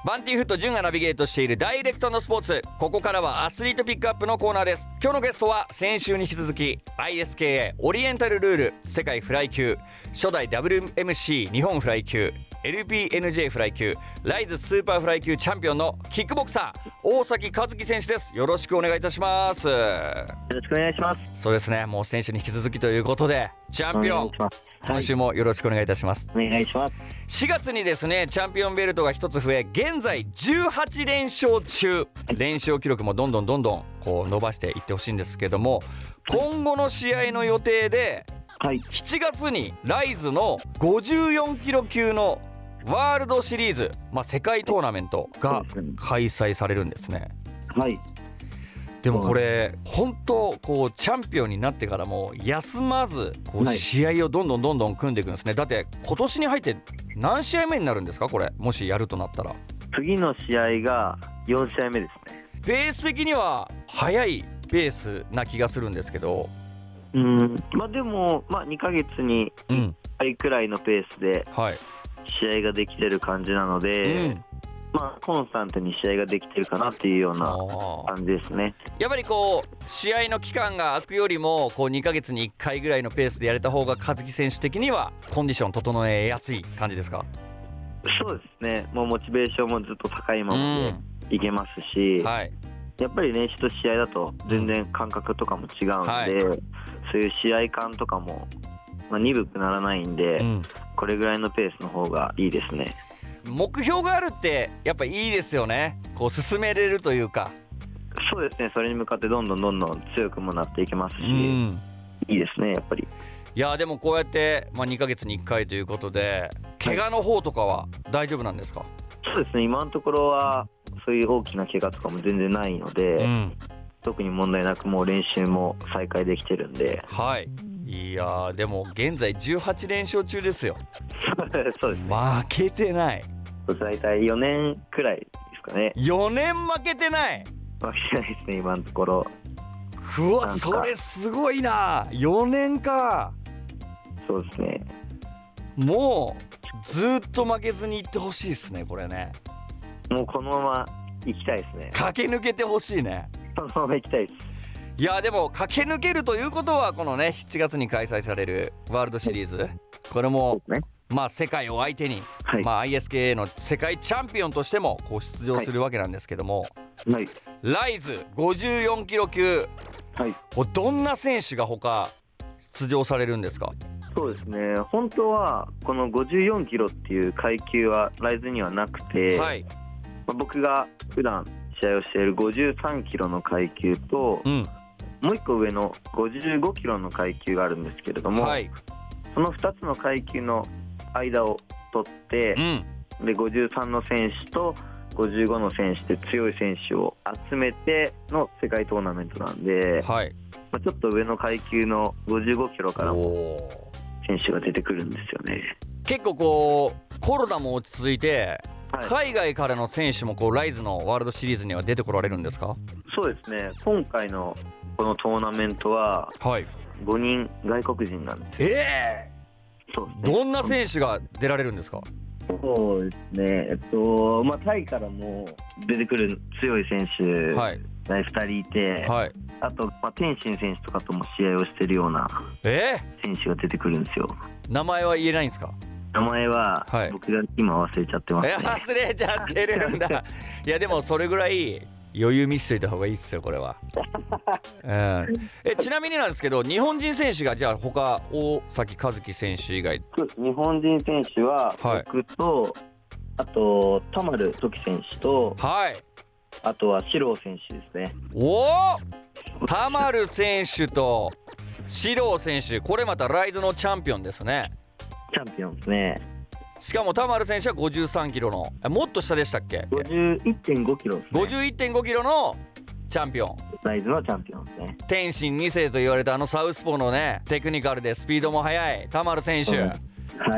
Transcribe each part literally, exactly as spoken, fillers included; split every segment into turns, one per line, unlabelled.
バンティフット潤がナビゲートしているダイレクトのスポーツ。ここからはアスリートピックアップのコーナーです。今日のゲストは先週に引き続き アイエスケーエー オリエンタルルール世界フライ級初代 ダブリューエムシー 日本フライ級 エルピーエヌジェー フライ級ライズスーパーフライ級チャンピオンのキックボクサー大崎和樹選手です。よろしくお願いいたします。よ
ろしくお願いします。
そうですね、もう先週に引き続きということでチャンピオン、今週もよろしくお願いいたします。
お願いします。
しがつにですねチャンピオンベルトが一つ増え、現在じゅうはちれんしょう中、連勝記録もどんどんどんどんこう伸ばしていってほしいんですけども、今後の試合の予定で、はい、しちがつにライズのごじゅうよんキロ級のワールドシリーズ、まあ、世界トーナメントが開催されるんですね。
はい。
でもこれ本当こうチャンピオンになってからも休まずこう試合をどんどんどんどん組んでいくんですね。だって今年に入って何試合目になるんですか、これもしやるとなったら。
次の試合がよんしあいめですね。
ペース的には速いペースな気がするんですけど、
うん、まあでも、まあ、にかげつにいっかいくらいのペースで試合ができてる感じなので、うん、まあ、コンスタントに試合ができてるかなっていうような感じですね。
やっぱりこう試合の期間が空くよりもこうにかげつにいっかいぐらいのペースでやれた方が和樹選手的にはコンディション整えやすい感じですか？
そうですね、もうモチベーションもずっと高いままでいけますし、うん、はい、やっぱり練習と試合だと全然感覚とかも違うので、はい、そういう試合感とかも、まあ、鈍くならないんで、うん、これぐらいのペースの方がいいですね。
目標があるってやっぱいいですよね。こう進めれるというか。
そうですね、それに向かってどんどんどんどん強くもなっていけますし、うん、いいですねやっぱり。
いやでもこうやって、まあ、にかげつにいっかいということで怪我の方とかは大丈夫なんですか？
そうですね、今のところはそういう大きな怪我とかも全然ないので、うん、特に問題なくもう練習も再開できてるんで。
はい。いやーでも現在じゅうはちれんしょう中ですよ。
そうですね、
負けてない。
大体よねんくらいですかね。
よねん負けてない。
負けてないですね今のところ。
うわ、それすごいな。よねんか。
そうですね、
もうずっと負けずにいってほしいですねこれね。
もうこのまま行きたいですね。
駆け抜けてほしいね。
そのまま行きたいです。
いやでも駆け抜けるということはこのねしちがつに開催されるワールドシリーズ、これも、ね、まあ世界を相手に、はい、まあ アイエスケーエー の世界チャンピオンとしてもこう出場するわけなんですけども、はい、ライズごじゅうよんキロ級、はい、どんな選手が他出場されるんですか？
そうですね、本当はこのごじゅうよんキロっていう階級はライズにはなくて、はい、まあ、僕が普段試合をしているごじゅうさんキロの階級と、うん、もういっこ上のごじゅうごキロの階級があるんですけれども、はい、そのふたつの階級の間を取って、うん、でごじゅうさんの選手とごじゅうごの選手で強い選手を集めての世界トーナメントなんで、はい、まあ、ちょっと上の階級のごじゅうごキロからも選手が出てくるんですよね。
結構こうコロナも落ち着いて、はい、海外からの選手もこうライズのワールドシリーズには出てこられるんですか？
そうですね、今回のこのトーナメントはごにん外国人なんです。
えー、そうですね。どんな選手が出られるんですか？
そうですね、えっとまあ、タイからも出てくる強い選手、はい、ふたりいて、はい、あと、まあ、天心選手とかとも試合をしてるような選手が出てくるんですよ。
えー、名前は言えないんですか？
名前は僕が今忘れちゃってますね。
忘れちゃってるんだ。いやでもそれぐらい余裕見せといた方がいいですよこれは。うん、えちなみになんですけど日本人選手がじゃあ他大崎和樹選手以外。
日本人選手は僕と、はい、あと田丸時選手と、はい、あとは四郎選手ですね。
おお、田丸選手と四郎選手、これまたライズのチャンピオンですね。
チャンピオンですね。
しかも田丸選手はごじゅうさんキロの、もっと下でしたっけ？
ごじゅういってんごキロですね。
ごじゅういってんごキロのチャンピオン、
ライズのチャンピオンですね。
天心に世と言われたあのサウスポーのねテクニカルでスピードも速い田丸選手、うん、はい、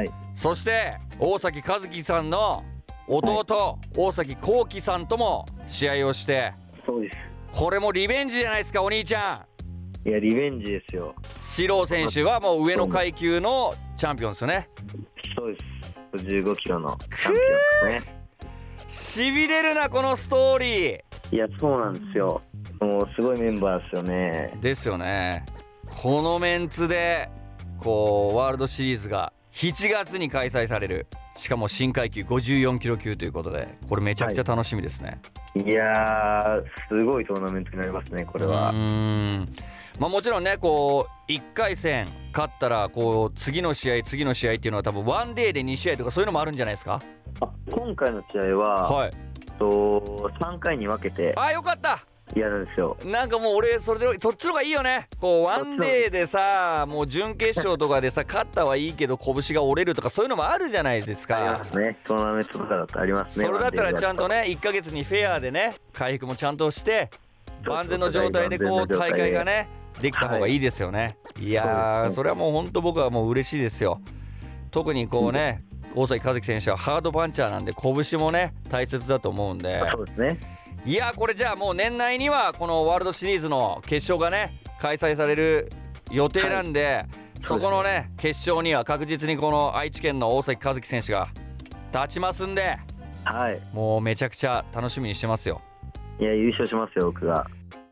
そして大崎和樹さんの弟、はい、大崎幸輝さんとも試合をして。
そうです。
これもリベンジじゃないですかお兄ちゃ
ん。いやリベンジですよ。
四郎選手はもう上の階級のチャンピオンですよね。
そうです、ごじゅうごキロのチャンピオンですね。
しびれるなこのストーリー。
いやそうなんですよ。もうすごいメンバーですよね。
ですよね。このメンツでこうワールドシリーズがしちがつに開催される。しかも新階級ごじゅうよんキロ級ということで、これめちゃくちゃ楽しみですね。
はい、いやーすごいトーナメントになりますねこれは。うー
ん、まあ、もちろんねこういっかい戦勝ったらこう次の試合次の試合っていうのは多分ワンデーでに試合とかそういうのもあるんじゃないですか。
あ、今回の試合は、はい、とさんかいに分けて。
あ、よかった。
やるんですよ。
なんかもう俺それでそっちの方がいいよね。こうワンデーでさもう準決勝とかでさ勝ったはいいけど拳が折れるとかそういうのもあるじゃないですか。
ありますね。トーナメントとかだとありますね。
それだったらちゃんとねいっかげつにフェアでね回復もちゃんとして万全の状態でこう大会がねできた方がいいですよね。はい、いやーそれはもう本当僕はもう嬉しいですよ。特にこうね大崎和樹選手はハードパンチャーなんで拳もね大切だと思うんで。
そうですね。
いやこれじゃあもう年内にはこのワールドシリーズの決勝がね開催される予定なんで、はい、そこのね決勝には確実にこの愛知県の大崎和樹選手が立ちますんで、
はい、
もうめちゃくちゃ楽しみにしてますよ。
いや優勝しますよ僕が。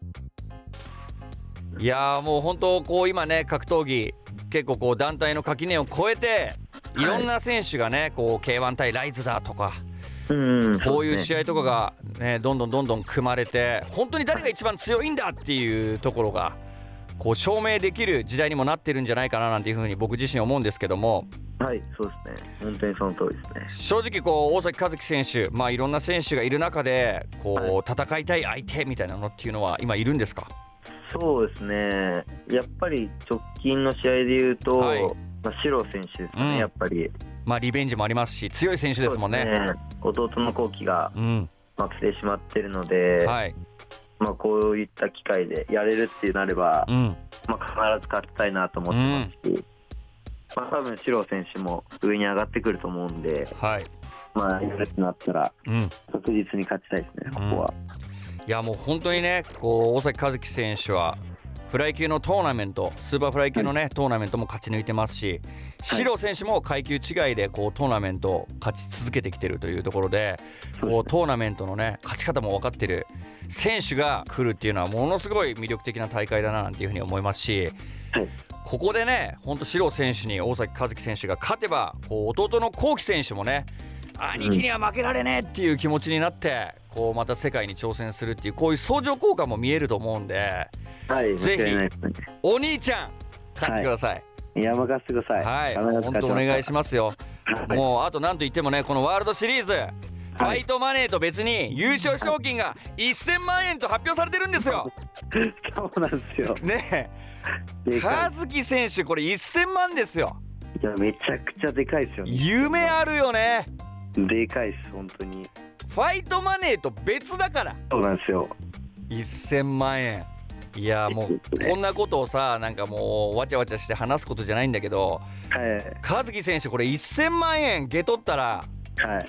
いやもう本当こう今ね格闘技結構こう団体の垣根を越えていろんな選手がねこう ケーワン 対ライズだとか
うん
こういう試合とかが、ね、どんどんどんどん組まれて本当に誰が一番強いんだっていうところがこう証明できる時代にもなってるんじゃないかななんていうふうに僕自身思うんですけども。
はいそうですね本当にその通りですね。
正直こう大崎和樹選手、まあ、いろんな選手がいる中でこう戦いたい相手みたいなのっていうのは今いるんですか。
そうですねやっぱり直近の試合でいうと、はい、まあ、四郎選手ですかね、うん、やっぱり。
まあ、リベンジもありますし強い選手ですもんね。
ね弟の幸輝が負けてしまってるので、うん、はい、まあ、こういった機会でやれるってなれば、うん、まあ、必ず勝ちたいなと思ってますし、うん、まあ、多分四郎選手も上に上がってくると思うんで、はい、まあ、やるってなったら、うん、確実に勝ちたいですねここは。
うん、いやもう本当にねこう大崎和樹選手はフライ級のトーナメントスーパーフライ級のね、はい、トーナメントも勝ち抜いてますし、四郎選手も階級違いでこうトーナメントを勝ち続けてきてるというところで、こうトーナメントのね勝ち方も分かってる選手が来るっていうのはものすごい魅力的な大会だななんていうふうに思いますし、はい、ここでね本当四郎選手に大崎和樹選手が勝てばこう弟の幸輝選手もね兄貴には負けられねえっていう気持ちになってこうまた世界に挑戦するっていうこういう相乗効果も見えると思うんで、はい、ぜひお兄ちゃん勝ってください。はい、
いや任せてください。
はい、本当お願いしますよ。はい、もうあと何と言ってもねこのワールドシリーズ、はい、ファイトマネーと別に優勝賞金がせんまんえんと発表されてるんですよ。
そうなんですよ
ねえ和樹選手これせんまんですよ。
いやめちゃくちゃでかいですよね。
夢あるよね。
でかいです本当に。
ファイトマネーと別だから。
そうなんですよ
せんまんえん。いやもうこんなことをさなんかもうわちゃわちゃして話すことじゃないんだけど、はい、和樹選手これせんまんえんゲ取ったら、はい、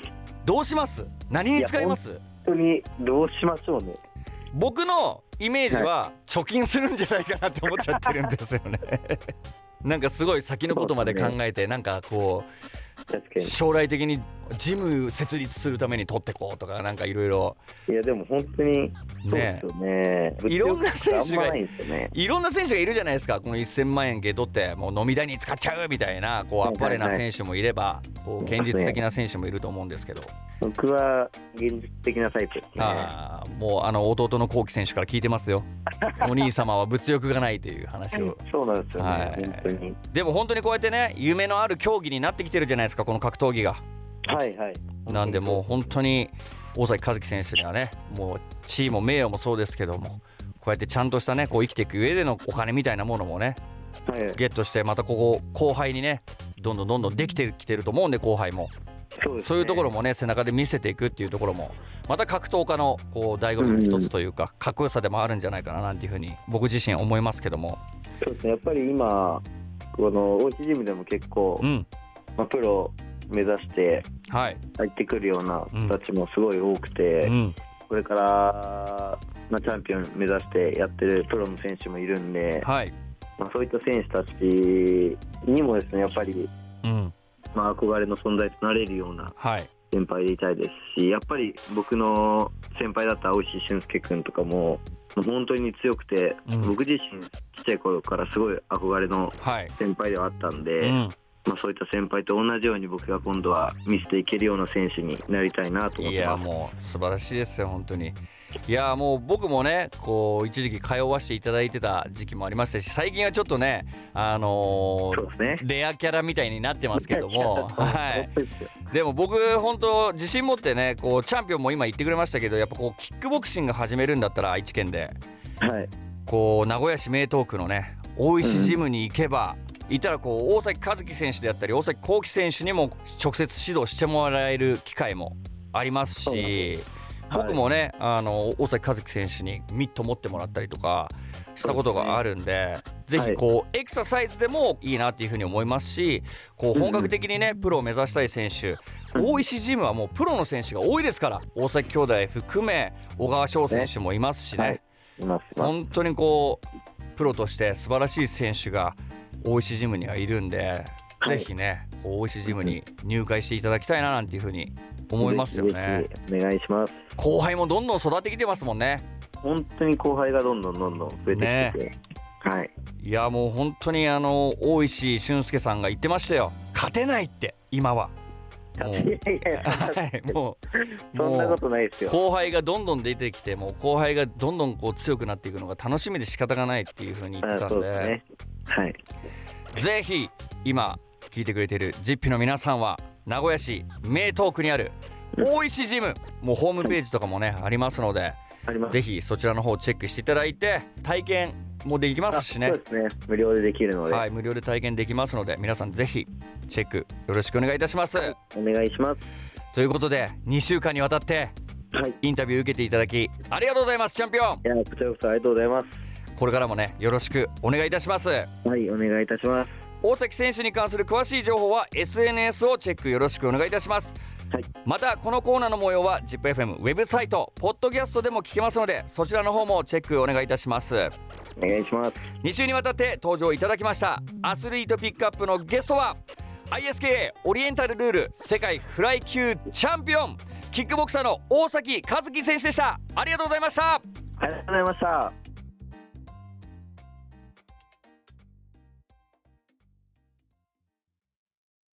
どうします？何に使います？
本当にどうしましょうね。
僕のイメージは貯金するんじゃないかなって思っちゃってるんですよね。なんかすごい先のことまで考えて、ね、なんかこう将来的にジム設立するために取ってこうとかなんかいろいろ。
いやでも本当にそうですよね。
いろんな選手がいろんな選手がいるじゃないですか。このせんまんえんゲ取ってもう飲み代に使っちゃうみたいなこうあっぱれな選手もいれば、こう現実的な選手もいると思うんですけど、
僕は現実的なタイプですね。
あもうあの弟の幸輝選手から聞いてますよ。お兄様は物欲がないという話を。
そうなんですよね、はい、本当に。
でも本当にこうやってね夢のある競技になってきてるじゃないですかこの格闘技が。
はいはい。
なんでもう本当に大崎和樹選手にはねもう地位も名誉もそうですけどもこうやってちゃんとしたねこう生きていく上でのお金みたいなものもね、はい、ゲットしてまたここ後輩にねどんどんどんどんできてきてると思うんで後輩もそうですね、そういうところもね背中で見せていくっていうところもまた格闘家のこう醍醐味の一つというか、うん、かっこよさでもあるんじゃないかななんていうふうに僕自身思いますけども。
そうですねやっぱり今この大内ジムでも結構、うんまあ、プロ目指して入ってくるような人たちもすごい多くて、うんうん、これから、まあ、チャンピオン目指してやってるプロの選手もいるんで、はいまあ、そういった選手たちにもですねやっぱり、うんまあ、憧れの存在となれるような、はい先輩でいたいですし、やっぱり僕の先輩だった大石俊介君とかも本当に強くて、うん、僕自身ちっちゃい頃からすごい憧れの先輩ではあったんで、はい、うん、まあ、そういった先輩と同じように僕が今度は見せていけるような選手になりたいなと思ってます。い
やもう素晴らしいですよ本当に。いやもう僕もねこう一時期通わせていただいてた時期もありましたし、最近はちょっとねあのー
そうですね、
レアキャラみたいになってますけどもはい、でも僕本当自信持ってねこうチャンピオンも今言ってくれましたけど、やっぱこうキックボクシング始めるんだったら愛知県で、
はい、
こう名古屋市名東区のね大石ジムに行けば、うん、いたらこう大崎和樹選手であったり大崎幸輝選手にも直接指導してもらえる機会もありますし、僕もね、はい、あの大崎和樹選手にミット持ってもらったりとかしたことがあるんで、ね、ぜひこう、はい、エクササイズでもいいなっていうふうに思いますし、こう本格的にね、うん、プロを目指したい選手、大石ジムはもうプロの選手が多いですから、大崎兄弟含め小川翔選手もいますしね、はい、本当にこうプロとして素晴らしい選手が大石ジムにはいるんで、はい、ぜひねこう大石ジムに入会していただきたいななんていうふうに思いますよね。
ぜひお願いします。
後輩もどんどん育ってきてますもんね。
本当に後輩がどんどんどんどん増えてきてて、ね、はい、
いやもう本当にあの大石俊介さんが言ってましたよ、勝てないって今は。もういやいや、はい、も
うそんなことないですよ。
後輩がどんどん出てきて、もう後輩がどんどんこう強くなっていくのが楽しみで仕方がないっていう風に言ってたんで、
そうですね、はい、
ぜひ今聞いてくれているジッピの皆さんは名古屋市名東区にある大石ジム、もうホームページとかもねありますので、ぜひそちらの方をチェックしていただいて体験もできますしね。
そうですね、無料でできるので、
はい、無料で体験できますので、皆さんぜひチェックよろしくお願いいたします。
お願いします。
ということでにしゅうかんにわたってインタビュー受けていただきありがとうございます、チャンピオン。
いやこちらこそありがとうございます。
これからもねよろしくお願いいたします。
はい、お願いいたします。
大崎選手に関する詳しい情報は エスエヌエス をチェックよろしくお願いいたします。はい、またこのコーナーの模様は ジップエフエム ウェブサイトポッドキャストでも聞けますので、そちらの方もチェックお願いいたします。
お願いします。
に週にわたって登場いただきましたアスリートピックアップのゲストは アイエスケーエー オリエンタルルール世界フライ級チャンピオンキックボクサーの大崎和樹選手でした。ありがとうございました。
ありがとうございました。